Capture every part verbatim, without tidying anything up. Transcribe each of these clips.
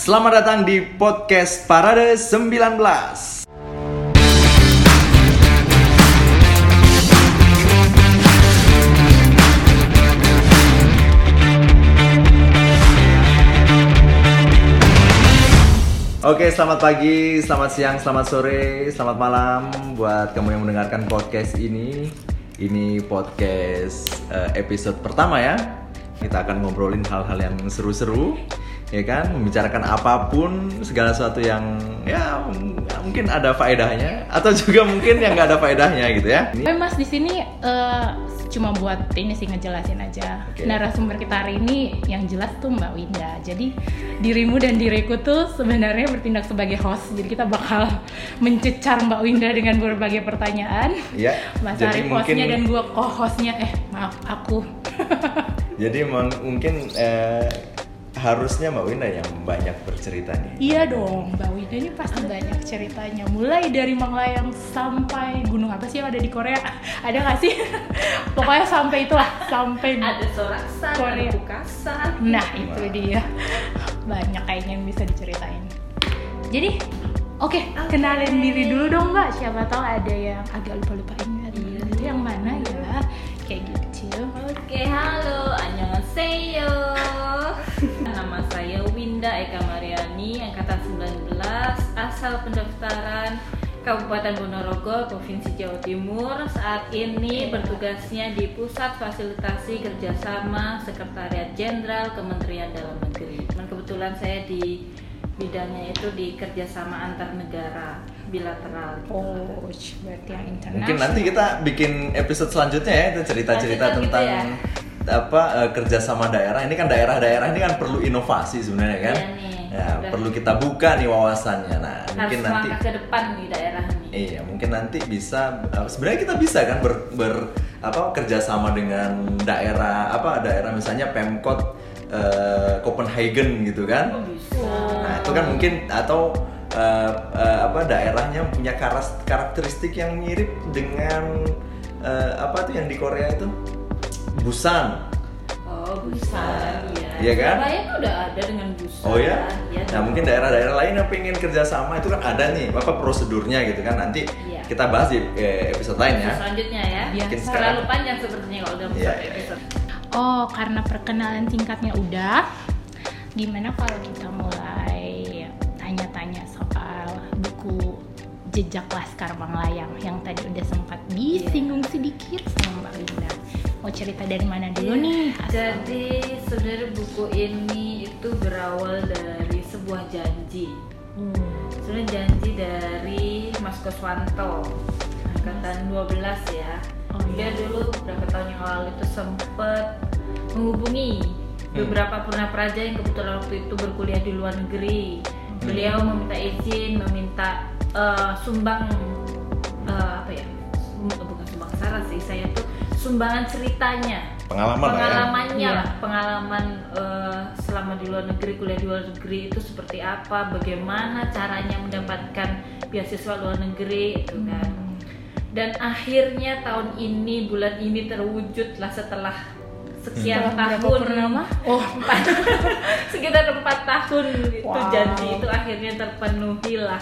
Selamat datang di podcast Parade sembilan belas. Oke, selamat pagi, selamat siang, selamat sore, selamat malam buat kamu yang mendengarkan podcast ini. Ini podcast uh, episode pertama ya. Kita akan ngobrolin hal-hal yang seru-seru, ya kan? Membicarakan apapun, segala sesuatu yang ya mungkin ada faedahnya atau juga mungkin yang nggak ada faedahnya gitu ya. Tapi Mas di sini uh, cuma buat ini sih ngejelasin aja. Okay. Narasumber kita hari ini yang jelas tuh Mbak Winda. Jadi dirimu dan diriku tuh sebenarnya bertindak sebagai host. Jadi kita bakal mencecar Mbak Winda dengan berbagai pertanyaan. Iya. Mas Arif mungkin... hostnya dan gua co-hostnya. Eh maaf aku. Jadi m- mungkin eh, harusnya Mbak Winda yang banyak bercerita nih. Iya dong, Mbak Winda ini pasti banyak ceritanya. Mulai dari Manglayang sampai gunung apa sih yang ada di Korea? Ada nggak sih? Pokoknya sampai itulah, sampai ada Soraksan, Korea. Ada Bukassan. Nah itu wow. Dia banyak kayaknya yang bisa diceritain. Jadi, oke, okay, okay. Kenalin diri dulu dong Mbak. Siapa tahu ada yang agak lupa-lupa ingat. Itu yang mana ya? Kayak gitu. Oke, halo, annyeonghaseyo. Nama saya Winda Eka Mariani, angkatan sembilan belas, asal pendaftaran Kabupaten Ponorogo, Provinsi Jawa Timur. Saat ini bertugasnya di Pusat Fasilitasi Kerjasama Sekretariat Jenderal Kementerian Dalam Negeri. Dan kebetulan saya di bidangnya itu di kerjasama antar negara bilateral gitu. Oh, berarti yang internasional. Mungkin nanti kita bikin episode selanjutnya ya, itu cerita-cerita Lanjutan tentang gitu ya? apa uh, kerjasama daerah. Ini kan daerah-daerah ini kan perlu inovasi sebenarnya kan. Iya nih, ya, udah. perlu kita buka nih wawasannya. Nah, Harus mungkin nanti ke depan di daerah ini. Iya, mungkin nanti bisa uh, sebenarnya kita bisa kan ber, ber apa kerjasama dengan daerah apa daerah misalnya Pemkot uh, Copenhagen gitu kan. Oh, bisa. Nah, itu kan mungkin atau uh, uh, apa daerahnya punya karakteristik yang mirip dengan uh, apa tuh yang di Korea itu Busan. Oh, Busan ya. Iya kan? Surabaya kan udah ada dengan Busan. Oh ya? Ya, nah, mungkin daerah-daerah lain yang pengen kerjasama itu kan ada nih apa prosedurnya gitu kan. Nanti ya. kita bahas di eh, episode lain ya. Selanjutnya ya. Mungkin Terlalu sekarang panjang sepertinya kalau udah Iya, satu iya, episode. Oh, karena perkenalan singkatnya udah. Gimana kalau kita mulai tanya-tanya soal buku Jejak Laskar Manglayang yang tadi udah sempat disinggung sedikit sama Mbak Winda. Mau cerita dari mana dulu yeah. nih? Asal. Jadi sebenarnya buku ini itu berawal dari sebuah janji. Hmm. Sebenarnya janji dari Mas Koswanto, angkatan dua belas ya. Oh, Dia iya. dulu beberapa tahun yang lalu itu sempat menghubungi beberapa purnapraja yang kebetulan waktu itu berkuliah di luar negeri. Hmm. Beliau meminta izin, meminta uh, sumbang uh, apa ya? Bukan sumbang syarat sih, saya tuh sumbangan ceritanya, pengalaman pengalamannya lah ya. lah, pengalaman uh, selama di luar negeri, kuliah di luar negeri itu seperti apa, bagaimana caranya mendapatkan beasiswa luar negeri itu kan. Hmm. Dan akhirnya tahun ini, bulan ini terwujud lah setelah sekian hmm. tahun. Purnama? Oh, empat, sekitar empat tahun itu wow. Janji itu akhirnya terpenuhi lah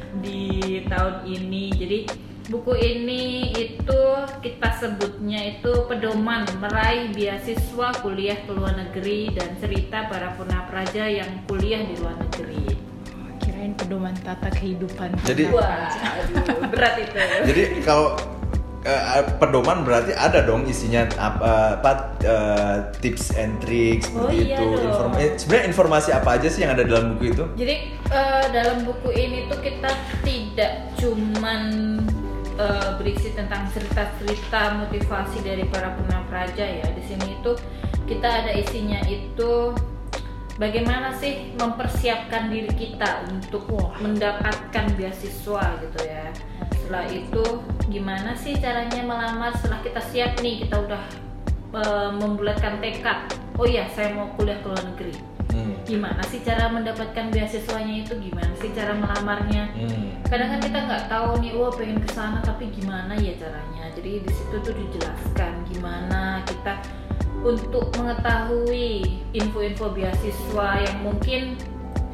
di tahun ini. Jadi buku ini itu kita sebutnya itu pedoman meraih beasiswa kuliah ke luar negeri dan cerita para purnapraja yang kuliah di luar negeri. Kirain pedoman tata kehidupan. Jadi wah, aduh, berat itu. Jadi kalau uh, pedoman berarti ada dong isinya apa, apa uh, tips and tricks Oh, begitu. iya dong. Inform- eh, sebenarnya informasi apa aja sih yang ada dalam buku itu? Jadi uh, dalam buku ini tuh kita tidak cuman uh, berisi tentang cerita-cerita motivasi dari para purnapraja ya. Di sini itu kita ada isinya itu bagaimana sih mempersiapkan diri kita untuk Wah. mendapatkan beasiswa gitu ya. Setelah itu gimana sih caranya melamar setelah kita siap nih, kita udah uh, membulatkan tekad. Oh iya, saya mau kuliah ke luar negeri. Hmm. Gimana sih cara mendapatkan beasiswanya itu? Gimana sih cara melamarnya? Hmm. Kadang kan kita nggak tahu nih, wah pengen kesana tapi gimana ya caranya? Jadi di situ tuh dijelaskan gimana kita untuk mengetahui info-info beasiswa yang mungkin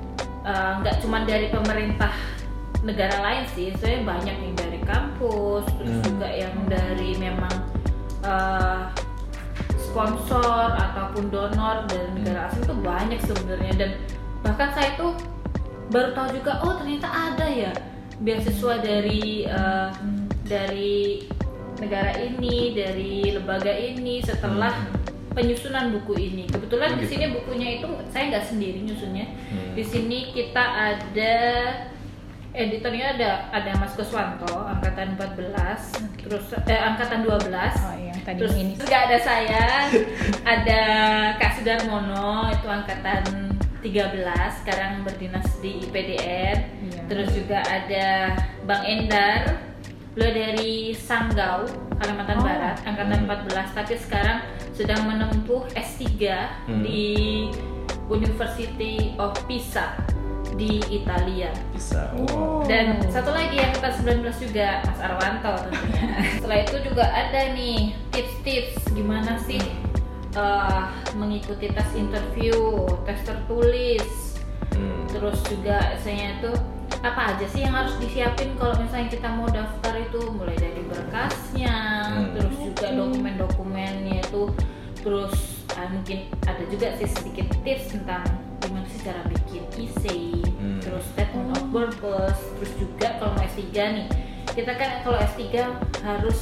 uh, nggak cuma dari pemerintah negara lain sih, soalnya banyak yang dari kampus, terus hmm. juga yang dari memang uh, sponsor ataupun donor dari negara asing tuh banyak sebenarnya. Dan bahkan saya tuh baru tahu juga, oh ternyata ada ya beasiswa dari uh, dari negara ini, dari lembaga ini setelah penyusunan buku ini. Kebetulan di sini bukunya itu saya nggak sendiri nyusunnya. Di sini kita ada editornya, ada ada Mas Kuswanto angkatan empat belas, terus eh, angkatan dua belas. Oh, yang tadi terus ini. juga ada saya, ada Kak Sudarmono itu angkatan tiga belas, sekarang berdinas di I P D N. Iya. Terus juga ada Bang Endar, beliau dari Sanggau, Kalimantan oh. Barat, angkatan empat belas, tapi sekarang sedang menempuh S tiga hmm. di University of Pisa di Italia. Pisa. Oh. Dan satu lagi yang angkatan sembilan belas juga, Mas Arwanto tentunya. Setelah itu juga ada nih tips-tips gimana sih uh, mengikuti tes interview, tes tertulis. Hmm. Terus juga misalnya itu apa aja sih yang harus disiapin kalau misalnya kita mau daftar itu, mulai dari berkasnya, hmm. terus juga dokumen-dokumennya itu, terus uh, mungkin ada juga sih sedikit tips tentang gimana sih cara bikin essay, hmm. terus statement of purpose, terus juga kalau mau S tiga nih, kita kan kalau S tiga harus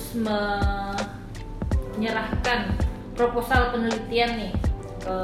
menyerahkan proposal penelitian nih ke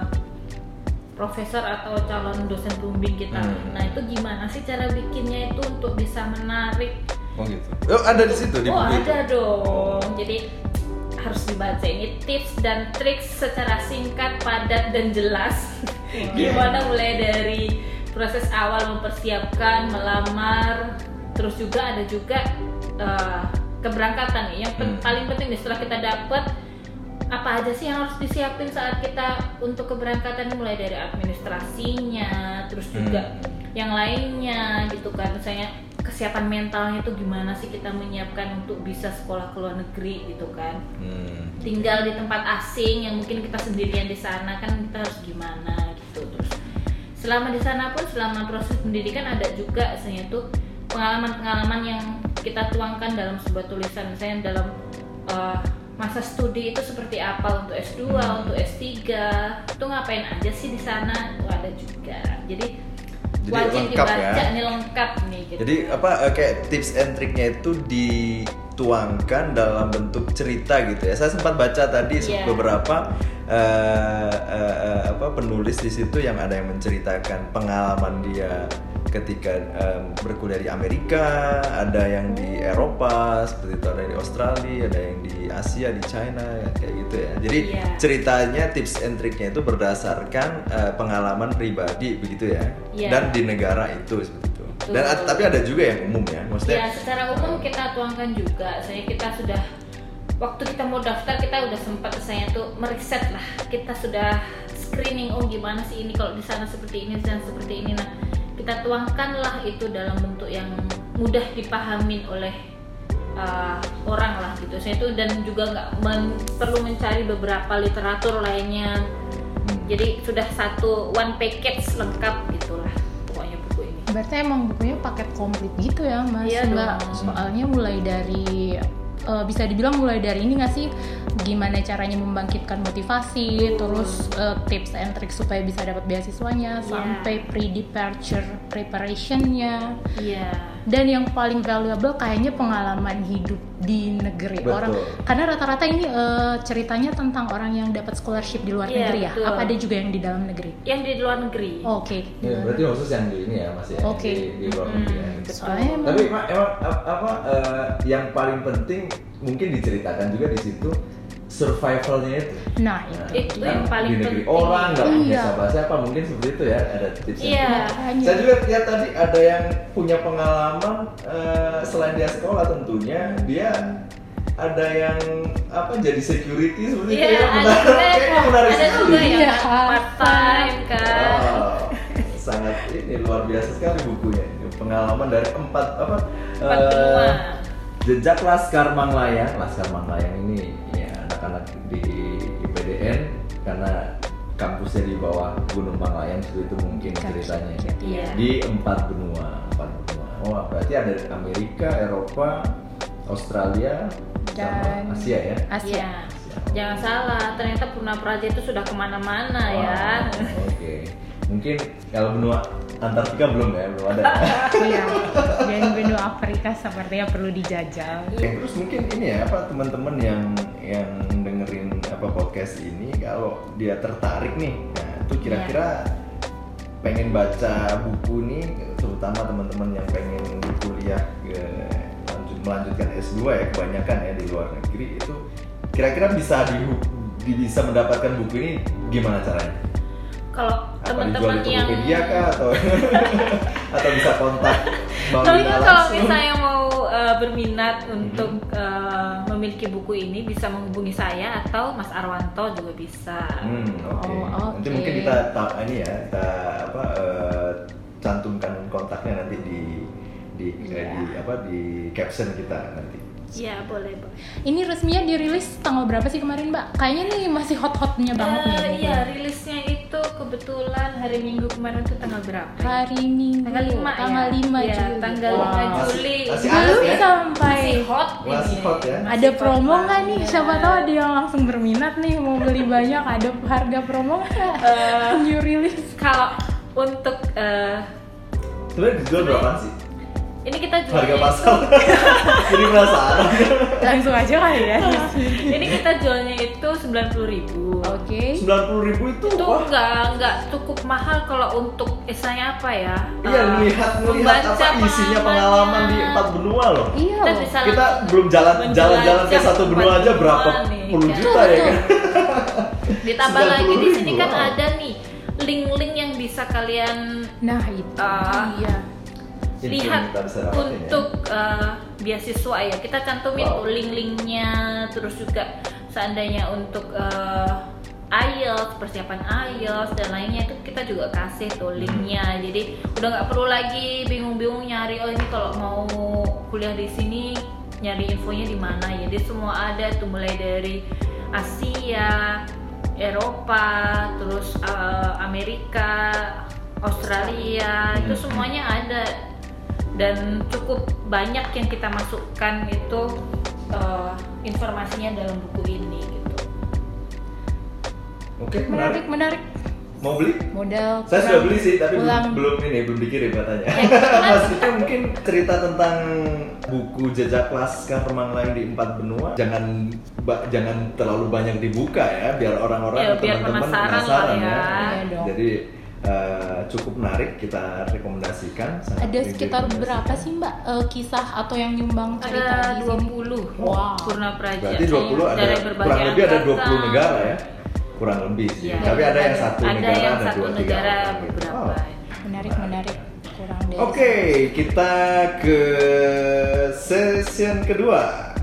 profesor atau calon dosen pembimbing kita. Hmm. Nah itu gimana sih cara bikinnya itu untuk bisa menarik? Oh gitu. Oh ada di situ di Oh buku ada itu. dong. Jadi harus dibaca ini tips dan trik secara singkat, padat dan jelas. Gimana mulai dari proses awal mempersiapkan, melamar, terus juga ada juga uh, keberangkatan nih. Yang hmm. paling penting nih setelah kita dapat, apa aja sih yang harus disiapin saat kita untuk keberangkatan, mulai dari administrasinya, terus juga hmm. yang lainnya gitu kan, misalnya kesiapan mentalnya itu gimana sih kita menyiapkan untuk bisa sekolah ke luar negeri gitu kan, hmm. tinggal di tempat asing yang mungkin kita sendirian di sana kan, kita harus gimana gitu. Terus selama di sana pun, selama proses pendidikan ada juga misalnya itu pengalaman-pengalaman yang kita tuangkan dalam sebuah tulisan, misalnya dalam uh, masa studi itu seperti apa untuk S dua, hmm. untuk S tiga, itu ngapain aja sih di sana, itu ada juga. Jadi Jadi wajib lengkap dibaca ya. nih, lengkap nih gitu. Jadi apa kayak tips and triknya itu dituangkan dalam bentuk cerita gitu ya. Saya sempat baca tadi yeah. beberapa uh, uh, uh, apa penulis di situ yang ada yang menceritakan pengalaman dia ketika um, berkuliah di Amerika, ada yang di Eropa seperti itu, ada yang di Australia, ada yang di Asia, di China, ya, kayak gitu ya. Jadi yeah. ceritanya, tips and triknya itu berdasarkan uh, pengalaman pribadi begitu ya, yeah. dan di negara itu seperti itu. Betul. Dan tapi ada juga yang umum ya, maksudnya. Ya secara umum kita tuangkan juga. Saya kita sudah waktu kita mau daftar kita udah sempat saya tuh meriset lah, kita sudah screening, oh gimana sih ini kalau di sana seperti ini dan seperti ini. Nah kita tuangkanlah itu dalam bentuk yang mudah dipahamin oleh uh, orang lah gitu. Saya itu dan juga nggak men- perlu mencari beberapa literatur lainnya. Jadi sudah satu one package lengkap gitulah pokoknya buku ini. Berarti emang bukunya paket komplit gitu ya Mas? Iya Mbak. dong. Soalnya mulai dari uh, bisa dibilang mulai dari ini nggak sih, gimana caranya membangkitkan motivasi, terus uh, tips and tricks supaya bisa dapat beasiswanya, yeah. sampai pre-departure preparationnya, yeah. dan yang paling valuable kayaknya pengalaman hidup di negeri. Betul. Orang karena rata-rata ini uh, ceritanya tentang orang yang dapat scholarship di luar yeah, negeri ya. betul. Apa ada juga yang di dalam negeri? Yang di luar negeri. Oh, Oke. Okay. Ya, berarti khusus yang di ini ya Mas ya. Oke. Okay. Di, di luar negeri. Hmm, ya. Soalnya emang, tapi emang, emang apa uh, yang paling penting mungkin diceritakan juga di situ survivalnya itu. Nah, itu, nah, itu nah, yang paling di negeri penting. orang nggak punya Iya. siapa-siapa, mungkin seperti itu ya, ada tipsnya. Iya. Saya juga lihat tadi ada yang punya pengalaman uh, selain dia sekolah tentunya dia ada yang apa jadi security seperti Iya, itu ya, ada menarik, juga, kayaknya menarik ada sekali. juga yang Iya. part time kan. Wow, sangat ini luar biasa sekali bukunya. Pengalaman dari empat apa? Empat eh, benua. Jejak Laskar Manglayang. Laskar Manglayang ini ya anak-anak di I P D N karena kampusnya di bawah Gunung Panglayang seperti itu mungkin ceritanya. Iya. Di empat benua, empat benua. Oh, berarti ada Amerika, Eropa, Australia, Dan sama Asia ya? Asia. Iya. Jangan salah, ternyata Purna Praja itu sudah kemana-mana ya. Wow, Oke, mungkin kalau benua Antartika belum ya, belum ada. Iya. Dan benua Afrika sepertinya perlu dijajal. Oke, terus mungkin ini ya apa teman-teman yang yang dengerin apa podcast ini kalau dia tertarik nih, nah itu kira-kira pengen baca buku nih, terutama teman-teman yang pengen kuliah ke lanjut melanjutkan S dua ya kebanyakan ya di luar negeri itu kira-kira bisa di, di bisa mendapatkan buku ini gimana caranya? Kalau Apa teman-teman dijual di yang Tokopedia kah atau atau bisa kontak Mbak Kalau Wina kalau langsung? misalnya mau uh, berminat untuk uh, memiliki buku ini bisa menghubungi saya atau Mas Arwanto juga bisa. Hmm, oke. Oh, Nanti oke. mungkin kita ta- ini ya, kita apa eh, cantumkan kontaknya nanti di di eh, Iya. di apa di caption kita nanti. Iya boleh boleh. Ini resminya dirilis tanggal berapa sih kemarin, Mbak? Kayaknya nih masih hot-hotnya banget nih. Eh, bukunya. Iya rilisnya itu kebetulan hari Minggu kemarin itu tanggal berapa? ya? Hari Minggu. Tanggal lima ya? Tanggal lima Iya, Juli. tanggal Wow. lima Masih- Juli. masih Belum anget ya? sampai. Masih hot Masih ini. hot ya? Masih Ada hot promo nggak nih? banget. Siapa tahu ada yang langsung berminat nih mau beli banyak. Ada harga promo nggak? Eh, New release. Kalau untuk eh, Sebenarnya dijual berapa sih? ini kita jual Harga pasar. Jadi penasaran. Langsung aja kali ya. ini kita jualnya itu sembilan puluh ribu. Oke. sembilan puluh ribu itu Itu wah. nggak nggak cukup mahal kalau untuk esainya apa ya? Iya, Eh, melihat melihat membaca apa isinya pengalamannya. pengalaman di empat benua loh. Iya. Kita loh. bisa Kita langsung belum jalan jalan-jalan ke menjelajah satu benua empat aja berapa nih. puluh Ya. juta ya kan? Ditambah lagi di sini kan wow. ada nih link-link yang bisa kalian Nah itu. Ah. Iya. Ini lihat kita bisa dapetin ya. untuk eh, beasiswa ya. Kita cantumin Wow. tuh link-linknya, terus juga seandainya untuk eh, I E L T S, persiapan I E L T S dan lainnya itu kita juga kasih tuh linknya. Jadi udah nggak perlu lagi bingung-bingung nyari oh ini kalau mau kuliah di sini nyari infonya di mana. Jadi semua ada tuh mulai dari Asia, Eropa, terus eh, Amerika, Australia, itu semuanya ada dan cukup banyak yang kita masukkan itu eh, informasinya dalam buku ini gitu. Oke, Menarik, menarik. menarik. Mau beli? Modal. Saya sudah beli sih, tapi belum, pulang. belum ini, belum dikirim katanya. Ya, kebetulan- Maksudnya mungkin cerita tentang buku Jejak Laskar Pemanglayang di Empat Benua jangan ba- jangan terlalu banyak dibuka ya, biar orang-orang Ya, biar teman-teman penasaran penasaran lah ya. Iya dong. Jadi eh, cukup menarik, kita rekomendasikan. sangat Ada sekitar direkomendasikan. berapa sih Mbak eh, kisah atau yang nyumbang cerita Ada di dua sini? puluh Wow. Purna Praja. Berarti dua puluh ada Dari berbagai kurang lebih ada dua puluh angkatan. negara ya. Kurang lebih sih. Iya. Tapi ada yang satu ada negara, yang ada satu dua tiga negara orang gitu. beberapa. Wow. Menarik, menarik. Kurang dari. Oke, kita ke session kedua.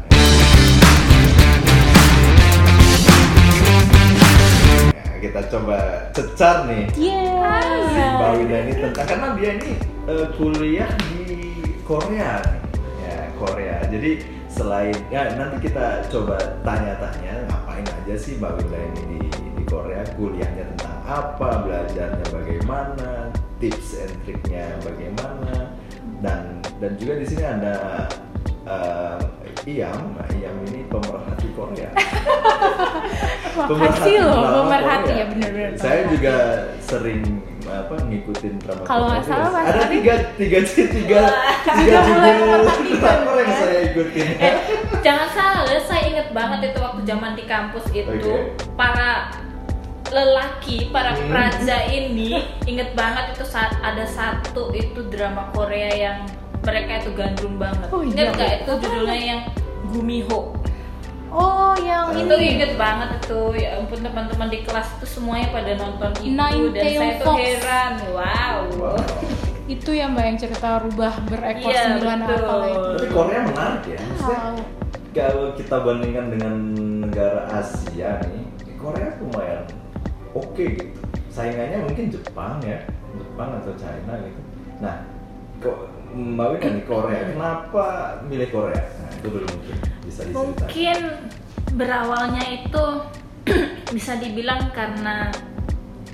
Nah, kita coba cecar nih si Yeah. Mbak Wina ini tentang karena dia ini eh, kuliah di Korea nih. Ya, Korea. Jadi selain ya nanti kita coba tanya-tanya ngapain aja sih Mbak Wina ini di di Korea, kuliahnya tentang apa, belajarnya bagaimana, tips and triknya bagaimana, dan dan juga di sini ada uh, Iyam, nah, Iyam ini pemerhati Korea. Makasih loh, drama pemerhati Korea. ya bener-bener. Saya juga sering apa ngikutin drama Kalau Korea nggak juga. salah, Mas ada Arif tiga tiga tiga tiga tiga Sudah mulai judul memperhatikan, drakor yang ya. saya ikutin. Eh, jangan salah, saya inget banget itu waktu zaman di kampus itu Oke. para lelaki, para Hmm. praja ini inget banget itu saat ada satu itu drama Korea yang mereka itu gandrung banget. Oh, Ingat iya. nggak itu judulnya yang Gumiho? Oh, yang Itu ini. inget banget itu, ya ampun teman-teman di kelas itu semuanya pada nonton itu Nine dan Tail saya tuh Fox. heran, wow. Wow. Itu ya Mbak yang cerita rubah berekor Iya, sembilan betul. apa itu. Tapi Korea menarik ya. Maksudnya Wow. kalau kita bandingkan dengan negara Asia nih, Korea lumayan oke gitu. Saingannya mungkin Jepang ya, Jepang atau China gitu. Nah, kok Mbak Wina nih Korea, kenapa milih Korea? Nah, itu dulu mungkin bisa diceritain. Mungkin berawalnya itu bisa dibilang karena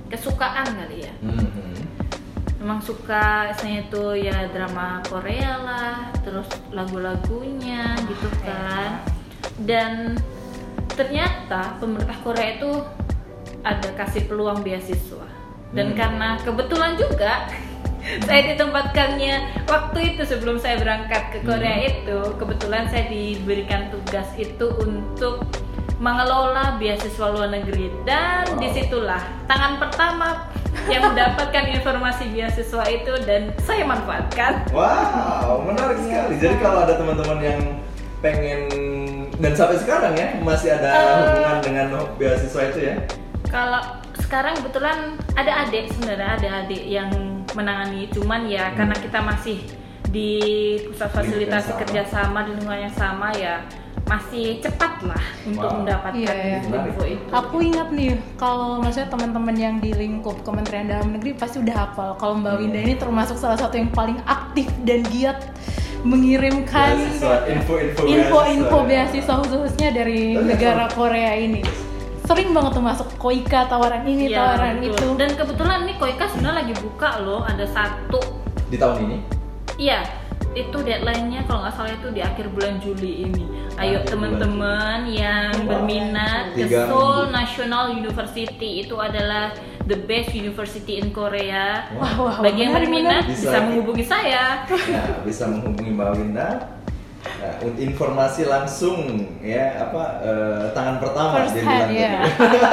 kesukaan kali ya. Hmm. Memang suka misalnya itu ya drama Korea lah, terus lagu-lagunya gitu kan. Dan ternyata pemerintah Korea itu ada kasih peluang beasiswa. Dan Hmm. karena kebetulan juga saya ditempatkannya waktu itu sebelum saya berangkat ke Korea Hmm. itu, kebetulan saya diberikan tugas itu untuk mengelola beasiswa luar negeri. Dan Wow. disitulah tangan pertama yang mendapatkan informasi beasiswa itu dan saya manfaatkan. Wow, menarik sekali. Jadi kalau ada teman-teman yang pengen dan sampai sekarang ya masih ada Uh, hubungan dengan beasiswa itu ya? Kalau sekarang kebetulan ada adik, sebenarnya ada adik yang menangani, cuman ya Hmm. karena kita masih di pusat fasilitasi Lingkungan kerjasama di lingkungan yang sama ya masih cepat lah untuk Wow. mendapatkan Iya, iya. info itu. Aku ingat nih, kalau maksudnya teman-teman yang di lingkup Kementerian Dalam Negeri pasti udah hafal kalau Mbak Winda ini termasuk salah satu yang paling aktif dan giat mengirimkan Beasiswa, info-info info-info beasiswa, beasiswa khususnya dari Oh, iya. negara Korea ini. Sering banget tuh masuk Koika, tawaran ini, Ya, tawaran betul. itu. Dan kebetulan nih Koika sebenarnya lagi buka loh, ada satu. di tahun ini. Iya, itu deadline-nya kalau nggak salah itu di akhir bulan Juli ini. Ayo Akhir teman-teman yang Wow. berminat ke Tiga Seoul minggu. National University, itu adalah the best university in Korea. Wah, wah, wah, Bagi yang menarik, berminat menarik. bisa, Bisa. menghubungi saya. Nah, bisa menghubungi Mbak Winda. Nah, untuk informasi langsung ya apa eh, tangan pertama First dia hand, bilang ya. tadi.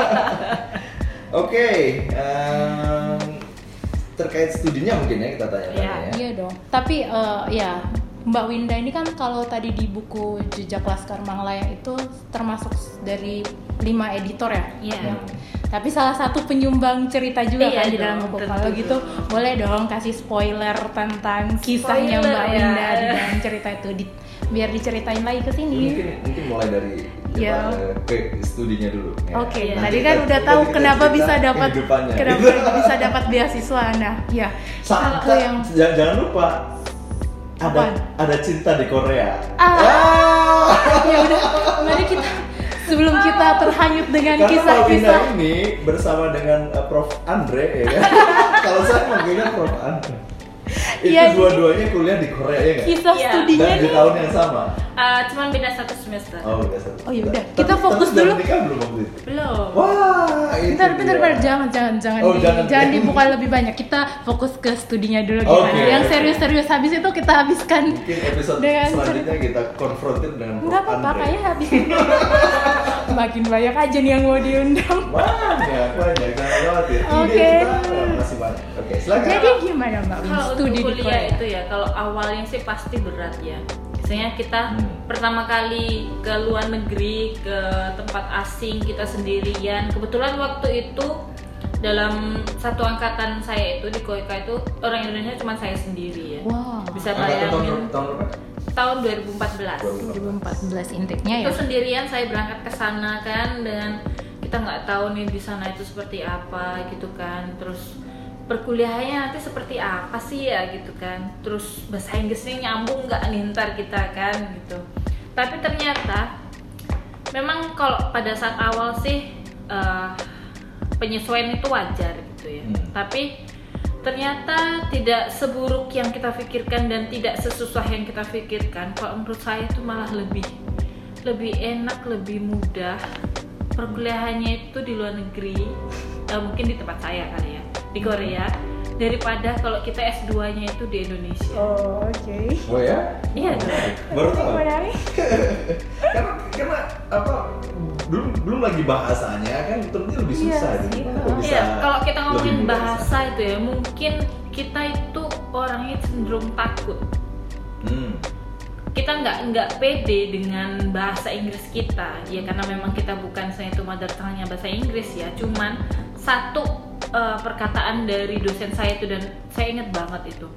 Oke, em, terkait studinya mungkin ya kita tanya-tanya Iya. ya. Iya dong. Tapi eh, ya Mbak Winda ini kan kalau tadi di buku Jejak Laskar Malaya itu termasuk dari lima editor ya. Iya. Yang- Tapi salah satu penyumbang cerita juga Iya kan di dong, dalam buku. tentu. Kalau gitu boleh dong kasih spoiler tentang kisahnya Spoiler, Mbak ya. Winda di dalam cerita itu, di, biar diceritain lagi ke sini. Mungkin mungkin mulai dari Ya. apa, eh, ke studinya dulu. ya. Oke, Iya. tadi Nanti kan kita- udah nanti tahu kita kenapa cerita bisa dapat kehidupannya. kenapa bisa dapat beasiswa. Nah, ya. Sa- Itu yang jangan, jangan lupa ada Apaan? ada cinta di Korea. Ah. Ah. ya udah, mari kita sebelum kita terhanyut dengan Karena Mbak Winda kisah-kisah ini bersama dengan uh, Prof Andre ya kan? Kalau saya manggilnya Prof Andre. Itu Iya, dua-duanya kuliah di Korea ya nggak? kisah Iya. studinya Dan di nih. tahun yang sama. Uh, cuman beda satu semester. Oh udah satu. Oh, ya udah. Tapi- Kita tapi fokus sudah dulu. menikah belum waktu itu? Belum. Wah, itu Bentar, bentar, dia. bentar, jangan, jangan, jangan, Oh, di, jangan. jangan dibuka lebih banyak. Kita fokus ke studinya dulu Oke, gimana. Yang oke. serius-serius habis itu kita habiskan. Mungkin episode Dengan selanjutnya kita konfrontir dengan Prof Enggak apa-apa, Andre. kayaknya habis ini. Makin banyak aja nih yang mau diundang. Banyak, banyak, jangan khawatir. Ide Oke. kita oh, masih banyak. Oke, silakan. Jadi gimana Mbak Win, Kalau studi untuk di kuliah Korea? itu ya, kalau awalnya sih pasti berat ya. Misalnya kita Hmm. pertama kali ke luar negeri, ke tempat asing, kita sendirian. Kebetulan waktu itu dalam satu angkatan saya itu di Koika itu orang Indonesia cuma saya sendiri ya. Wow. Bisa Angkatan tahun, bayangin tahun berapa? tahun dua ribu empat belas. dua ribu empat belas intake-nya ya. Itu sendirian saya berangkat ke sana kan dengan kita nggak tahu nih di sana itu seperti apa gitu kan. Terus perkuliahannya nanti seperti apa sih ya gitu kan. Terus bahasa Inggrisnya nyambung nggak nih ntar kita kan gitu. Tapi ternyata memang kalau pada saat awal sih eh, penyesuaian itu wajar gitu ya. Hmm. Tapi ternyata tidak seburuk yang kita pikirkan dan tidak sesusah yang kita pikirkan. Kalau menurut saya itu malah lebih lebih enak, lebih mudah. Perkuliahannya itu di luar negeri, eh, mungkin di tempat saya kali ya, di Korea, daripada kalau kita S dua-nya itu di Indonesia. Oh, oke. Oh ya? Iya dong. Baru tahu. Menarik. karena karena apa belum belum lagi bahasanya kan tentunya lebih Iya susah sih. jadi kenapa bisa Iya, kalau kita lebih ngomongin mudah bahasa itu ya, mungkin kita itu orangnya cenderung takut. bisa? Hmm. Kita nggak nggak pede dengan bahasa Inggris kita ya, karena memang kita bukan saya itu mother tongue-nya bahasa Inggris ya. Cuman satu eh, perkataan dari dosen saya itu, dan saya ingat banget itu,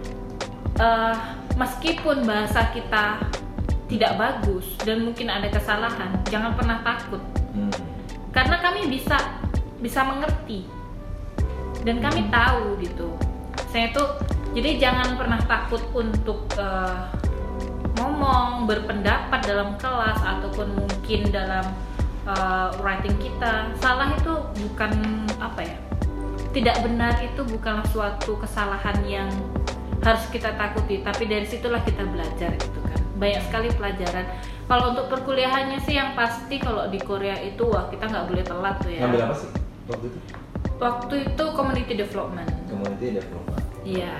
Eh, meskipun bahasa kita tidak bagus dan mungkin ada kesalahan, jangan pernah takut Hmm. karena kami bisa bisa mengerti dan kami tahu gitu. Saya tuh jadi jangan pernah takut untuk eh, ngomong, berpendapat dalam kelas ataupun mungkin dalam uh, writing kita. Salah itu bukan apa ya, tidak benar itu bukanlah suatu kesalahan yang harus kita takuti, tapi dari situlah kita belajar gitu kan. Banyak sekali pelajaran. Kalau untuk perkuliahannya sih yang pasti kalau di Korea itu wah kita nggak boleh telat tuh ya. Ngambil apa sih waktu itu? Waktu itu community development. Community development. Iya.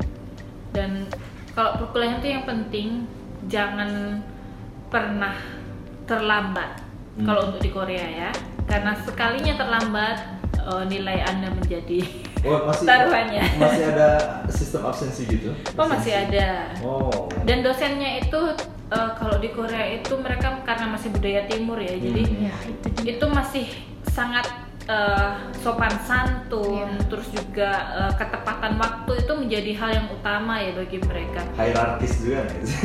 Dan kalau perkuliahan itu yang penting jangan pernah terlambat. Hmm. Kalau untuk di Korea ya, karena sekalinya terlambat oh, nilai Anda menjadi oh, masih, taruhannya. Masih ada sistem absensi gitu? Oh masih ada. Oh. Dan dosennya itu uh, kalau di Korea itu mereka karena masih budaya Timur ya, hmm. jadi ya, itu, itu masih sangat uh, sopan santun, ya. Terus juga uh, ketepatan waktu itu menjadi hal yang utama ya bagi mereka. Hierarkis juga nggak sih?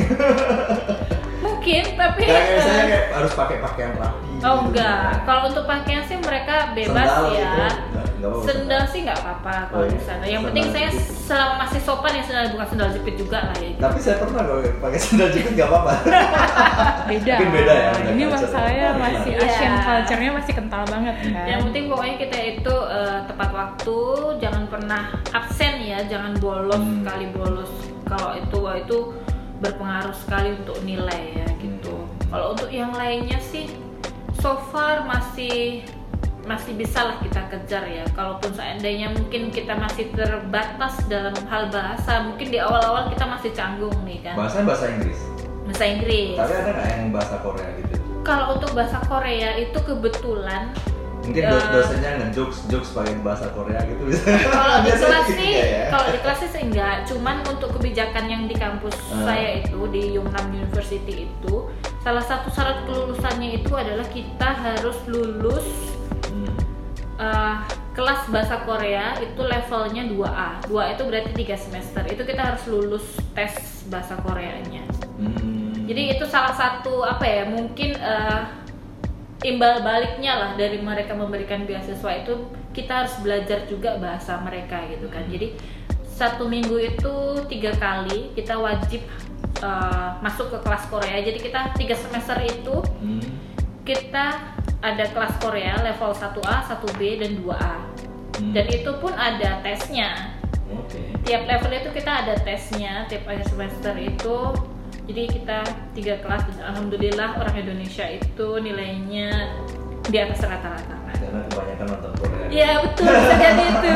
Mungkin, tapi kayak uh, saya kayak harus pakai pakaian rapi. Oh gitu. enggak, kalau untuk pakaian sih mereka bebas sendal ya. Gitu, enggak, enggak sendal sih nggak apa-apa kalau oh, di sana. Yang penting saya jepit. Selama masih sopan ya sendal, bukan sendal jepit juga lah ya. Gitu. Tapi saya pernah kalau pakai sendal jepit nggak apa-apa. Beda. Mungkin beda ya. Ini masalahnya masih yeah. Asian culture-nya masih kental banget kan. Yang penting pokoknya kita itu uh, tepat waktu, jangan pernah absen ya, jangan bolos hmm. kali bolos. Kalau itu wah itu berpengaruh sekali untuk nilai ya gitu. Hmm. Kalau untuk yang lainnya sih so far masih masih bisa lah kita kejar ya. Kalaupun seandainya mungkin kita masih terbatas dalam hal bahasa, mungkin di awal-awal kita masih canggung nih kan. Bahasanya bahasa Inggris. Bahasa Inggris. Tapi ada nggak yang bahasa Korea gitu? Kalau untuk bahasa Korea itu kebetulan mungkin uh, dosennya ngejokes jokes pakai bahasa Korea gitu. Kalau di kelas gitu sih, ya? kalau di kelas sih enggak. Cuman untuk kebijakan yang di kampus uh. saya itu di Yongnam University itu, salah satu syarat kelulusannya itu adalah kita harus lulus hmm. uh, kelas bahasa Korea itu levelnya dua A. dua A itu berarti tiga semester. Itu kita harus lulus tes bahasa Koreanya. Hmm. Jadi itu salah satu apa ya? Mungkin uh, imbal baliknya lah dari mereka memberikan beasiswa itu kita harus belajar juga bahasa mereka gitu kan. Jadi satu minggu itu tiga kali kita wajib uh, masuk ke kelas Korea. Jadi kita tiga semester itu hmm. kita ada kelas Korea level satu A, satu B dan dua A. Hmm. Dan itu pun ada tesnya. Okay. Tiap level itu kita ada tesnya tiap akhir semester itu. Jadi kita tiga kelas dan alhamdulillah orang Indonesia itu nilainya di atas rata-rata. Karena kebanyakan nonton Korea. Iya betul, bisa jadi itu.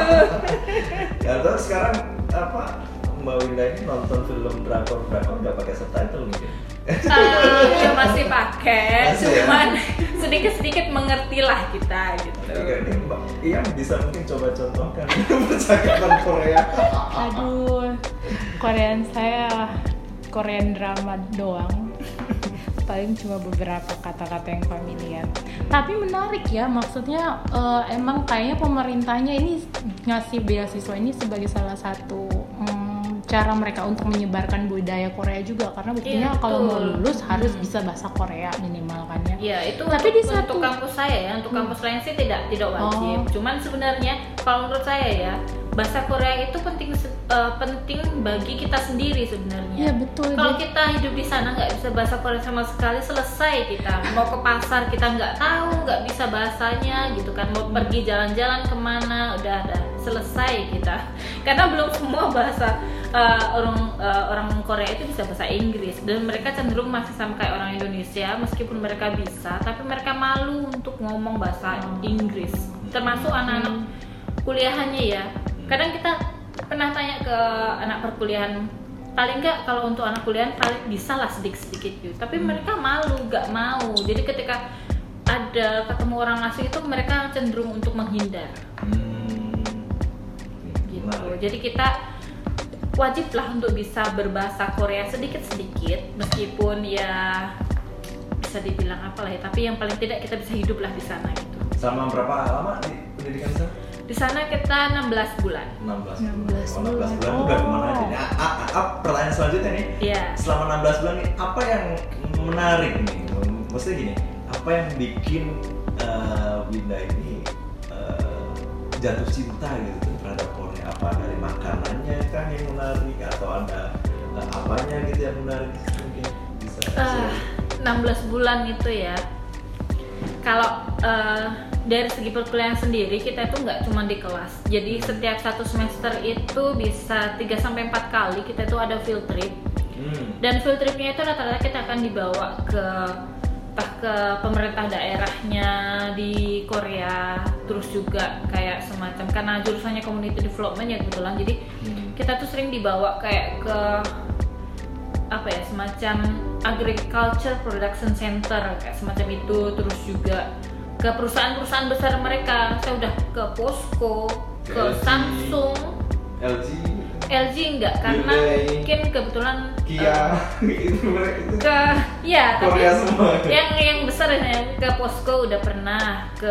Ya terus sekarang apa Mbak Winda ini nonton film drakor drakor nggak pakai subtitle mungkin? Uh, ya masih pakai, cuman ya? sedikit-sedikit mengerti lah kita gitu. Ini Mbak Iya bisa mungkin coba contohkan percakapan Korea. Aduh, Korean saya Korean drama doang. Paling cuma beberapa kata-kata yang familiar. Tapi menarik ya, maksudnya uh, emang kayaknya pemerintahnya ini ngasih beasiswa ini sebagai salah satu um, cara mereka untuk menyebarkan budaya Korea juga, karena buktinya ya, kalau mau lulus hmm. harus bisa bahasa Korea minimal kan ya. Iya, itu tapi untuk, di satu untuk kampus saya ya, untuk hmm. kampus lain sih tidak tidak wajib. Oh. Cuman sebenarnya kalau menurut saya ya, bahasa Korea itu penting uh, penting bagi kita sendiri sebenarnya. Iya betul. Kalau kita hidup di sana nggak bisa bahasa Korea sama sekali, selesai kita. Mau ke pasar kita nggak tahu, nggak bisa bahasanya gitu kan. Mau pergi jalan-jalan kemana, udah ada selesai kita. Karena belum semua bahasa uh, orang uh, orang Korea itu bisa bahasa Inggris, dan mereka cenderung masih sama kayak orang Indonesia. Meskipun mereka bisa, tapi mereka malu untuk ngomong bahasa Inggris. Termasuk anak-anak kuliahannya ya. Kadang kita pernah tanya ke anak perkuliahan, paling nggak kalau untuk anak kuliahan paling bisa lah sedikit-sedikit gitu, tapi hmm. mereka malu, nggak mau. Jadi ketika ada ketemu orang asing itu mereka cenderung untuk menghindar. Hmm. Gitu. Jadi kita wajib lah untuk bisa berbahasa Korea sedikit-sedikit, meskipun ya bisa dibilang apalah ya, tapi yang paling tidak kita bisa hidup lah di sana gitu. Selama berapa lama di pendidikan sana? Di sana kita enam belas bulan. enam belas bulan. Oh, enam belas bulan itu udah kemana aja nih? Ah, ah, ah, pertanyaan selanjutnya nih. Iya. Selama enam belas bulan nih, apa yang menarik nih? Maksudnya gini, apa yang bikin uh, Winda ini uh, jatuh cinta gitu terhadap Korea? Apa dari makanannya kan yang menarik, atau ada uh, apanya gitu yang menarik? Mungkin bisa. Uh, enam belas bulan itu ya. Kalau uh, dari segi perkuliahan sendiri kita itu nggak cuma di kelas. Jadi setiap satu semester itu bisa tiga sampai empat kali kita itu ada field trip. Hmm. Dan field tripnya itu rata-rata kita akan dibawa ke entah ke pemerintah daerahnya di Korea, terus juga kayak semacam karena jurusannya community development ya kebetulan. Jadi hmm. kita tuh sering dibawa kayak ke apa ya, semacam agriculture production center kayak semacam itu, terus juga ke perusahaan-perusahaan besar mereka. Saya udah ke Posco, ke L G, Samsung, L G, L G enggak karena Hyundai, mungkin kebetulan Kia, uh, itu itu ke ya tapi semua. yang yang besar ya, ke Posco udah pernah, ke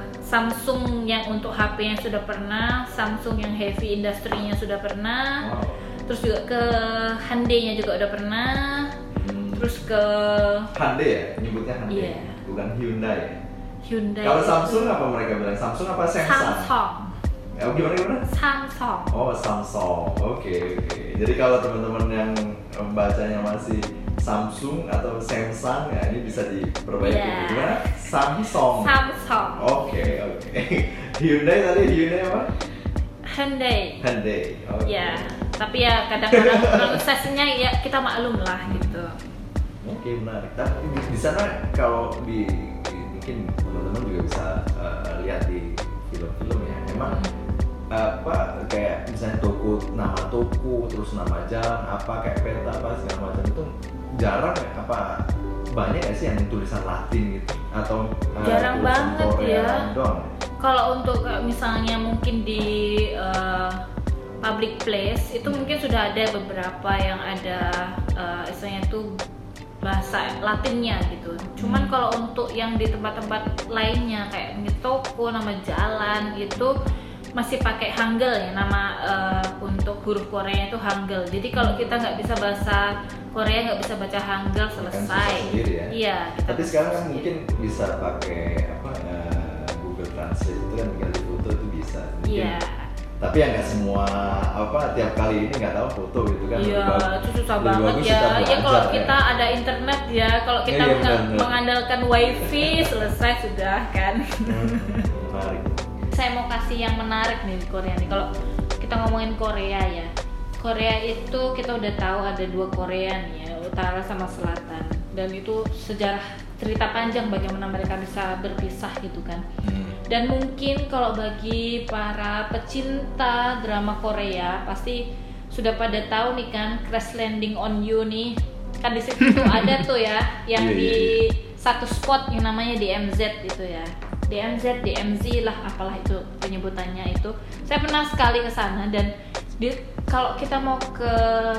Samsung yang untuk H P yang sudah pernah, Samsung yang heavy industrinya sudah pernah, wow. Terus juga ke Hyundai-nya juga udah pernah, hmm. Terus ke Hyundai ya, nyebutnya Hyundai, yeah. Bukan Hyundai. Hyundai. Kalau Samsung apa mereka bilang? Samsung apa Samsung? Samsung. Ya, oh, gimana gimana? Samsung. Oh, Samsung. Oke, okay, oke. Okay. Jadi kalau teman-teman yang membacanya masih Samsung atau Samsung, ya ini bisa diperbaiki. Yeah. Gimana? Samsung. Samsung. Oke, okay, oke. Okay. Hyundai tadi Hyundai apa? Hyundai. Hyundai. Okay. Ya, tapi ya kadang-kadang pronunciasinya ya kita maklum lah gitu. Oke, okay, menarik. Tapi di sana kalau di mungkin teman-teman juga bisa uh, lihat di film-film ya, emang uh, apa kayak misalnya toko, nama toko, terus nama jalan, apa kayak peta apa segala macam itu jarang ya, apa banyak nggak sih yang tulisan Latin gitu atau uh, jarang banget Korea ya doang? Kalau untuk misalnya mungkin di uh, public place itu mungkin sudah ada beberapa yang ada uh, istilahnya tuh bahasa Latinnya gitu. Cuman kalau untuk yang di tempat-tempat lainnya kayak di toko, nama jalan itu masih pakai Hangul ya, nama uh, untuk huruf Korea itu Hangul. Jadi kalau kita nggak bisa bahasa Korea, nggak bisa baca Hangul, selesai. Kan sendiri ya. Iya. Tapi sekarang kan mungkin bisa pakai apa uh, Google Translate itu kan tinggal di foto itu bisa. Iya. Tapi ya nggak semua apa tiap kali ini nggak tahu foto gitu kan. Iya, itu susah banget ya. Ya kalau kita ya. Ada internet ya, kalau kita ya, ya, meng- mengandalkan wifi selesai sudah kan. Hmm, menarik. Saya mau kasih yang menarik nih di Korea nih. Kalau kita ngomongin Korea ya, Korea itu kita udah tahu ada dua Korea nih ya, utara sama selatan. Dan itu sejarah cerita panjang bagaimana mereka bisa berpisah gitu kan. Hmm. Dan mungkin kalau bagi para pecinta drama Korea pasti sudah pada tahu nih kan Crash Landing on You nih. Kan di situ tuh ada tuh ya yang yeah, di yeah, yeah. satu spot yang namanya D M Z itu ya. D M Z, D M Z lah apalah itu penyebutannya itu. Saya pernah sekali ke sana dan di, kalau kita mau ke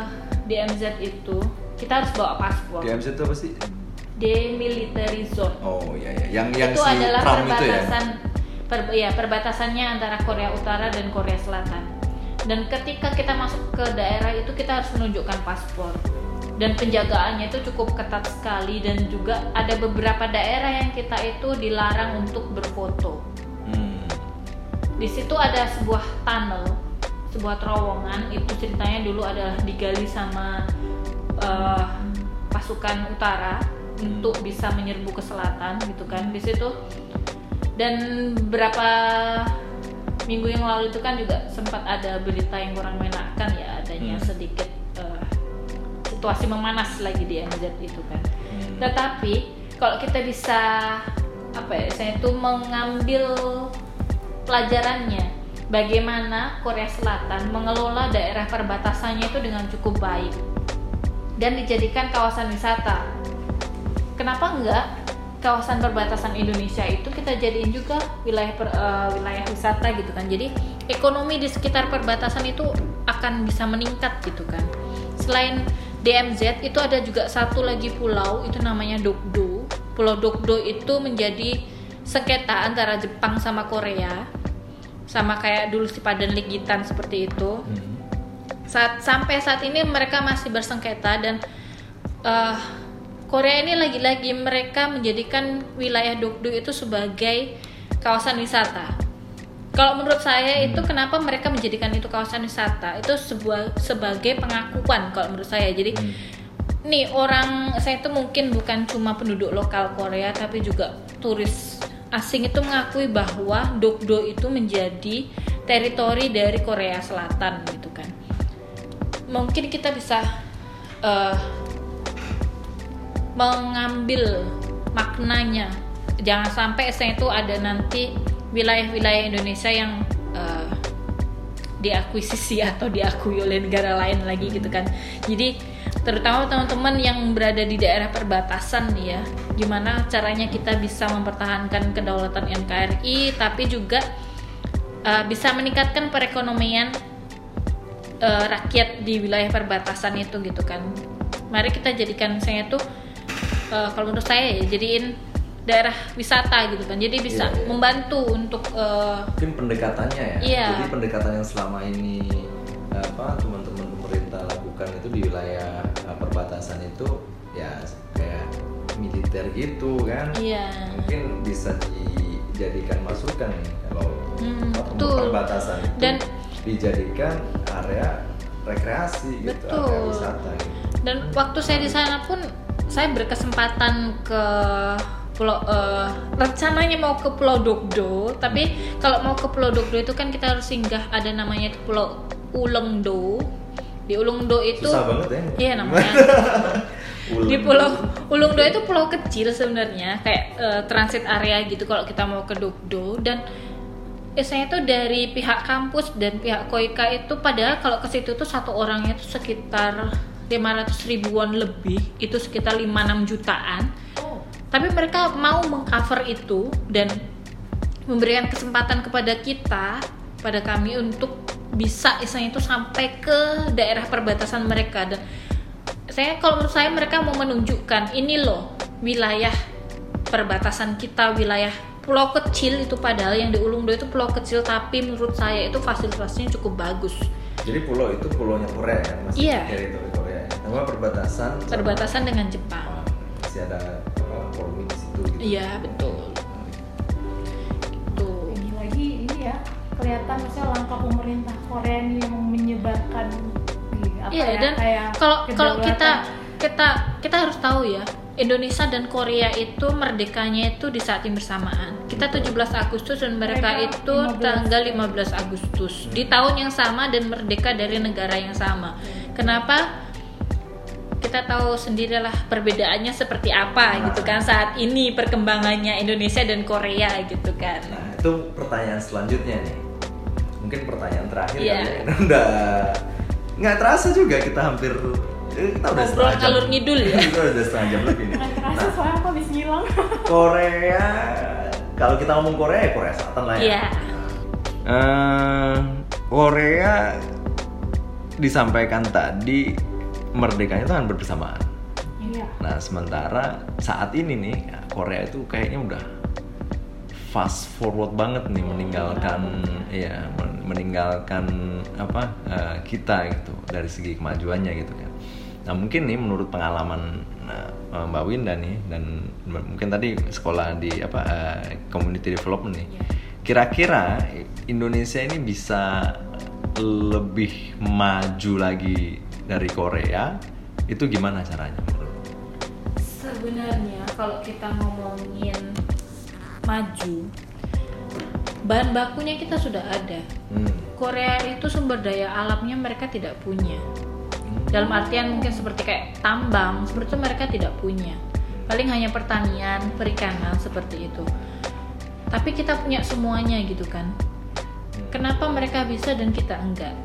D M Z itu kita harus bawa paspor. D M Z itu apa sih? Demilitary Zone. Oh iya iya. Yang yang itu si adalah Trump perbatasan itu ya? Per, ya perbatasannya antara Korea Utara dan Korea Selatan. Dan ketika kita masuk ke daerah itu kita harus menunjukkan paspor. Dan penjagaannya itu cukup ketat sekali dan juga ada beberapa daerah yang kita itu dilarang untuk berfoto. Hmm. Di situ ada sebuah tunnel, sebuah terowongan itu ceritanya dulu adalah digali sama uh, pasukan utara hmm. untuk bisa menyerbu ke selatan gitu kan. Di situ dan beberapa minggu yang lalu itu kan juga sempat ada berita yang kurang menyenangkan ya, adanya hmm. sedikit uh, situasi memanas lagi di M Z itu kan. Hmm. Tetapi kalau kita bisa apa ya, saya itu mengambil pelajarannya bagaimana Korea Selatan mengelola daerah perbatasannya itu dengan cukup baik dan dijadikan kawasan wisata. Kenapa enggak? Kawasan perbatasan Indonesia itu kita jadiin juga wilayah per, uh, wilayah wisata gitu kan. Jadi ekonomi di sekitar perbatasan itu akan bisa meningkat gitu kan. Selain D M Z itu ada juga satu lagi pulau itu namanya Dokdo. Pulau Dokdo itu menjadi sengketa antara Jepang sama Korea. Sama kayak dulu si Padan Ligitan seperti itu. Hmm. Saat sampai saat ini mereka masih bersengketa dan uh, Korea ini lagi-lagi mereka menjadikan wilayah Dokdo itu sebagai kawasan wisata. Kalau menurut saya itu kenapa mereka menjadikan itu kawasan wisata? Itu sebuah sebagai pengakuan kalau menurut saya. Jadi hmm. nih orang saya itu mungkin bukan cuma penduduk lokal Korea tapi juga turis asing itu mengakui bahwa Dokdo itu menjadi teritori dari Korea Selatan gitu kan. Mungkin kita bisa uh, mengambil maknanya. Jangan sampai esnya itu ada nanti wilayah-wilayah Indonesia yang uh, diakuisisi atau diakui oleh negara lain lagi gitu kan. Jadi terutama teman-teman yang berada di daerah perbatasan nih ya, gimana caranya kita bisa mempertahankan kedaulatan N K R I tapi juga uh, bisa meningkatkan perekonomian uh, rakyat di wilayah perbatasan itu gitu kan. Mari kita jadikan saya tuh uh, kalau menurut saya ya jadiin daerah wisata gitu kan, jadi bisa iya, iya. membantu untuk uh, mungkin pendekatannya ya. Iya. Jadi pendekatan yang selama ini apa teman-teman pemerintah lakukan itu di wilayah uh, perbatasan itu ya kayak militer gitu kan. Iya. Mungkin bisa dijadikan masukan nih kalau hmm, apa, perbatasan itu dan dijadikan area rekreasi gitu, betul. area wisata gitu. Dan waktu saya di sana pun saya berkesempatan ke Pulau uh, rencananya mau ke Pulau Dokdo, tapi kalau mau ke Pulau Dokdo itu kan kita harus singgah ada namanya itu Pulau Ulleungdo. Di Ulleungdo itu susah banget ya. Iya namanya. Di Pulau Ulleungdo itu pulau kecil sebenarnya, kayak uh, transit area gitu kalau kita mau ke Dokdo. Dan biasanya itu dari pihak kampus dan pihak Koika itu padahal kalau ke situ tuh satu orangnya itu sekitar lima ratus ribuan lebih, itu sekitar lima enam jutaan. Tapi mereka mau mengcover itu dan memberikan kesempatan kepada kita, pada kami untuk bisa istilahnya itu sampai ke daerah perbatasan mereka. Dan saya kalau menurut saya mereka mau menunjukkan ini loh wilayah perbatasan kita, wilayah pulau kecil itu, padahal yang di Ulleungdo itu pulau kecil tapi menurut saya itu fasilitasnya cukup bagus. Jadi pulau itu pulaunya Korea ya, masih iya. teritori Korea. Nama perbatasan perbatasan sama, dengan Jepang. Masih ada polemik di situ gitu. Iya, betul. Itu. Lagi lagi ini ya, kelihatan misalnya langkah pemerintah Korea ini yang menyebarkan apa iya, ya, dan kayak kalau kalau kita kita kita harus tahu ya, Indonesia dan Korea itu merdekanya itu di saat yang bersamaan. Kita tujuh belas Agustus dan mereka, mereka itu lima belas. Tanggal lima belas Agustus. Di tahun yang sama dan merdeka dari negara yang sama. Kenapa? Kita tahu sendirilah perbedaannya seperti apa nah, gitu kan saat ini perkembangannya Indonesia dan Korea gitu kan. Nah, itu pertanyaan selanjutnya nih. Mungkin pertanyaan terakhir yeah. kali ya. Udah nggak terasa juga kita hampir kita udah ngobrol kalur ngidul ya. Kita udah setengah jam lebih nih. Nggak terasa nah, soalnya aku habis ngilang. Korea, kalau kita ngomong Korea, Korea Selatan lah ya. Yeah. Uh, Korea disampaikan tadi merdekanya itu kan bersamaan. Iya. Nah sementara saat ini nih Korea itu kayaknya udah fast forward banget nih meninggalkan ya meninggalkan apa uh, kita gitu dari segi kemajuannya gitu kan. Nah mungkin nih menurut pengalaman uh, Mbak Winda nih dan mungkin tadi sekolah di apa uh, community development nih, kira-kira Indonesia ini bisa lebih maju lagi dari Korea itu gimana caranya menurut? Sebenarnya kalau kita ngomongin maju, bahan bakunya kita sudah ada. Hmm. Korea itu sumber daya alamnya mereka tidak punya. Hmm. Dalam artian mungkin seperti kayak tambang, seperti itu mereka tidak punya. Paling hanya pertanian, perikanan seperti itu. Tapi kita punya semuanya gitu kan. Kenapa mereka bisa dan kita enggak?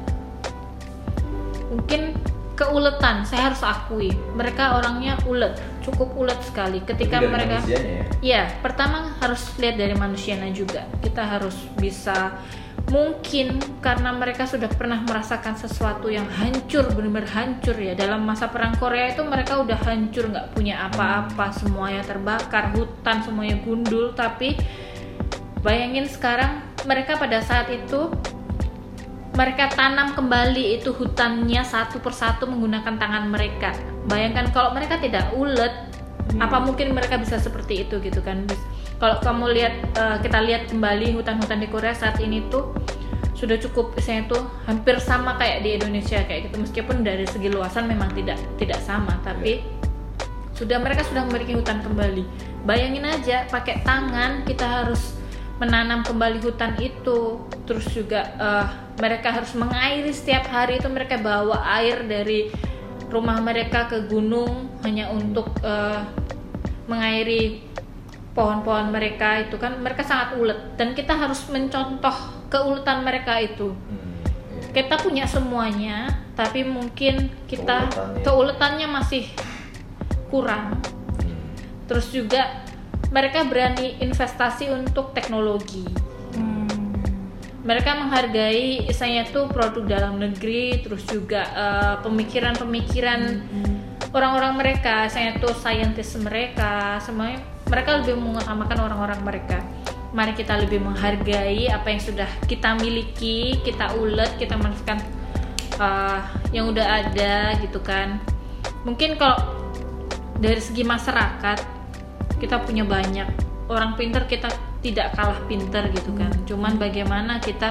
Mungkin keuletan, saya harus akui mereka orangnya ulet, cukup ulet sekali ketika dari mereka ya? Ya, pertama harus lihat dari manusianya juga. Kita harus bisa, mungkin karena mereka sudah pernah merasakan sesuatu yang hancur, benar-benar hancur ya. Dalam masa perang Korea itu mereka udah hancur, nggak punya apa-apa, semuanya terbakar, hutan semuanya gundul. Tapi bayangin sekarang mereka pada saat itu mereka tanam kembali itu hutannya satu persatu menggunakan tangan mereka. Bayangkan kalau mereka tidak ulet, hmm. apa mungkin mereka bisa seperti itu gitu kan? Kalau kamu lihat, uh, kita lihat kembali hutan-hutan di Korea saat ini tuh sudah cukup, misalnya tuh hampir sama kayak di Indonesia kayak gitu. Meskipun dari segi luasan memang tidak tidak sama, tapi sudah mereka sudah memiliki hutan kembali. bayangin aja pakai tangan kita harus menanam kembali hutan itu, terus juga uh, mereka harus mengairi setiap hari itu, mereka bawa air dari rumah mereka ke gunung hanya untuk uh, mengairi pohon-pohon mereka itu kan, mereka sangat ulet dan kita harus mencontoh keuletan mereka itu. Hmm, iya. Kita punya semuanya, tapi mungkin kita keuletannya, keuletannya masih kurang. Hmm. Terus juga mereka berani investasi untuk teknologi. Hmm. Mereka menghargai misalnya tuh produk dalam negeri, terus juga uh, pemikiran-pemikiran hmm. orang-orang mereka, misalnya tuh saintis mereka, semuanya mereka lebih mengutamakan orang-orang mereka. Mari kita lebih menghargai apa yang sudah kita miliki, kita ulet, kita manfaatkan uh, yang udah ada gitu kan. Mungkin kalau dari segi masyarakat kita punya banyak orang pintar, kita tidak kalah pintar gitu kan. Hmm. Cuman bagaimana kita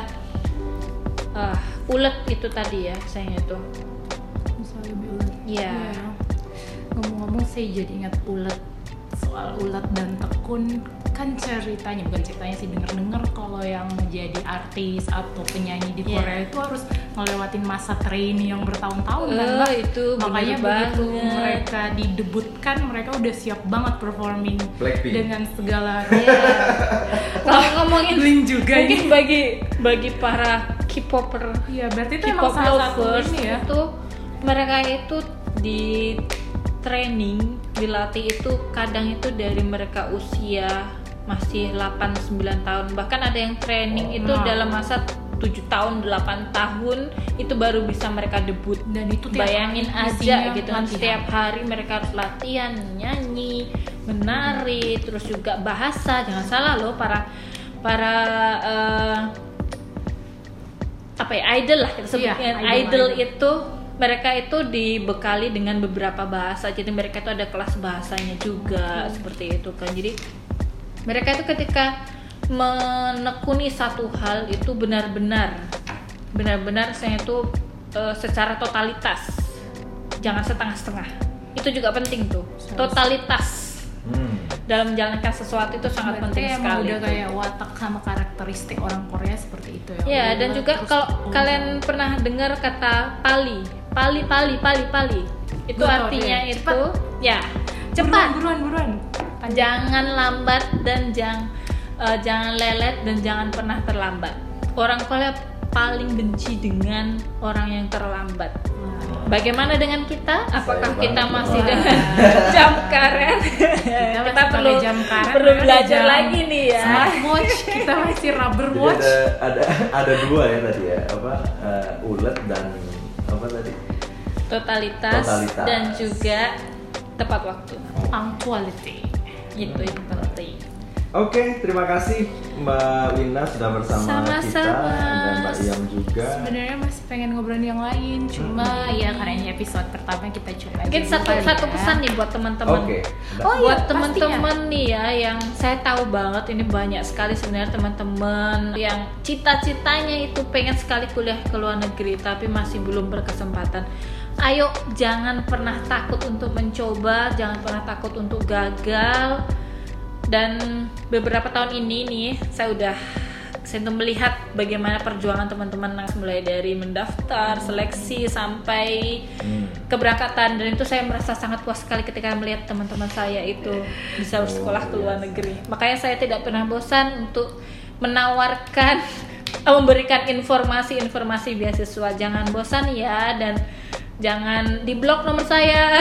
uh, ulet itu tadi ya, saya itu. Misalnya lebih ulet. Iya. Ya. Ngomong-ngomong saya jadi ingat ulet, soal ulet dan tekun. Kan ceritanya, bukan ceritanya sih, denger-denger kalau yang menjadi artis atau penyanyi di Korea yeah. itu harus ngelewatin masa training yang bertahun-tahun kan, oh, itu makanya begitu mereka didebutkan mereka udah siap banget performing Blackpink dengan segala kalau ngomongin Blink juga mungkin nih. bagi bagi para K-popper, ya berarti itu K-pop emang salah satu lovers ini ya, itu mereka itu di training, dilatih itu kadang itu dari mereka usia masih delapan sembilan tahun, bahkan ada yang training itu nah. dalam masa tujuh tahun, delapan tahun itu baru bisa mereka debut. Dan itu bayangin aja gitu kan, setiap hari mereka harus latihan, nyanyi, menari, hmm. terus juga bahasa. Jangan salah loh, para para uh, apa ya, idol lah kita sebutnya, iya, idol, idol, idol itu mereka itu dibekali dengan beberapa bahasa. Jadi mereka itu ada kelas bahasanya juga, hmm. seperti itu kan. Jadi mereka itu ketika menekuni satu hal itu benar-benar benar-benar saya itu e, secara totalitas, jangan setengah-setengah. Itu juga penting tuh, totalitas hmm. dalam menjalankan sesuatu itu sangat berarti penting sekali. Udah kayak watak sama karakteristik orang Korea seperti itu ya. Ya, dan juga kalau kalian pernah dengar kata pali, pali, pali, pali, pali, itu Betul, artinya ya. itu cepat. ya cepat, buruan, buruan. Jangan lambat dan jangan uh, jangan lelet dan jangan pernah terlambat. Orang Korea paling benci dengan orang yang terlambat. Wow. Bagaimana dengan kita? Apakah Saya kita masih wow. dengan jam karet? Kita, kita perlu jam karet, perlu belajar jam lagi nih ya. Smartwatch, kita masih rubber watch. Ada, ada ada dua ya tadi ya, apa uh, ulet dan apa tadi? Totalitas, Totalitas dan juga tepat waktu. Punctuality. Itu yang penting. Oke, terima kasih Mbak Winda sudah bersama Sama-sama. kita dan Mbak Iyam juga. Sebenarnya masih pengen ngobrol yang lain, cuma hmm. ya karena ini episode pertama kita coba. Mungkin satu satu ya. pesan nih buat teman-teman. Oke. Oh buat iya, teman-teman nih ya, yang saya tahu banget ini banyak sekali sebenarnya teman-teman yang cita-citanya itu pengen sekali kuliah ke luar negeri tapi masih belum berkesempatan. Ayo, jangan pernah takut untuk mencoba, jangan pernah takut untuk gagal. Dan beberapa tahun ini nih, saya udah saya tuh melihat bagaimana perjuangan teman-teman mulai dari mendaftar, seleksi sampai hmm. keberangkatan, dan itu saya merasa sangat puas sekali ketika melihat teman-teman saya itu bisa bersekolah ke luar negeri. Makanya saya tidak pernah bosan untuk menawarkan, memberikan informasi-informasi beasiswa. Jangan bosan ya, dan jangan di blok nomor saya.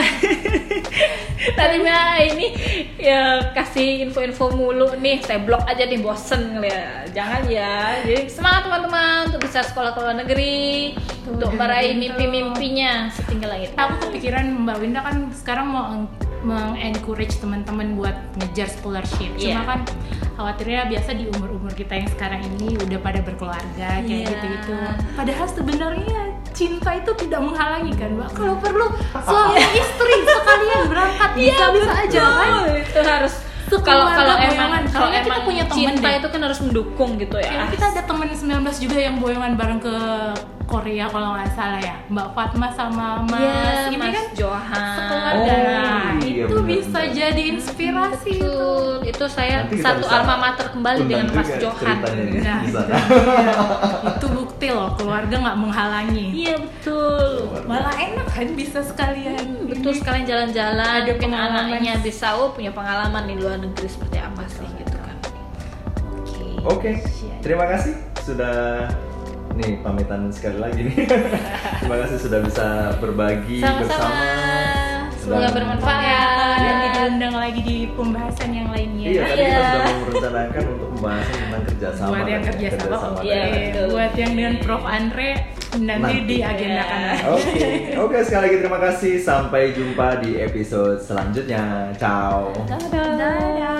Tadi mah ini ya kasih info-info mulu nih, saya blok aja nih, bosen ya. Jangan ya. Jadi semangat teman-teman untuk bisa sekolah ke luar negeri, tuh, untuk meraih mimpi-mimpinya setinggi langit. Aku kepikiran Mbak Winda kan sekarang mau mengencourage teman-teman buat ngejar scholarship. Cuma yeah. kan khawatirnya biasa di umur-umur kita yang sekarang ini udah pada berkeluarga kayak yeah. gitu-gitu. Padahal sebenarnya cinta itu tidak menghalangi kan, Mbak. Kalau perlu suami istri sekalian berangkat bisa-bisa yeah, aja kan. Itu harus kalau kalau emang kalau kita emang punya temen cinta deh. Itu kan harus mendukung gitu ya. Kayaknya kita ada temen sembilan belas juga yang boyongan bareng ke Korea kalau nggak salah ya, Mbak Fatma sama Mas yeah, ini Mas kan Johan. Sekeluarga. Oh, iya, itu bener, bisa benar. jadi inspirasi. Betul. Itu saya Nanti kita satu bisa alma mater kembali undang dengan Mas juga Johan. ceritanya di- Nah, di sana. iya. Itu bukti loh keluarga nggak menghalangi. Iya betul. Malah enak kan bisa sekalian. Betul sekalian jalan-jalan. Ada Mungkin pengalaman. anaknya bisa oh punya pengalaman di luar negeri seperti apa sih gitu kan. Oke. Oke, terima kasih sudah nih pamitan sekali lagi nih. Terima kasih sudah bisa berbagi Sama-sama. bersama. Semoga Dan- bermanfaat. Dan diundang lagi di pembahasan yang lainnya. Iya, tadi kita Iya. sudah merencanakan untuk pembahasan tentang kerjasama. Buat yang dan kerjasama, kerjasama oke. Iya, daerah. betul. Buat yang dengan Prof Andre nanti, Nanti. diagendakan Iya. lagi. Oke, oke sekali lagi terima kasih. Sampai jumpa di episode selanjutnya. Ciao. Dadah. Dadah.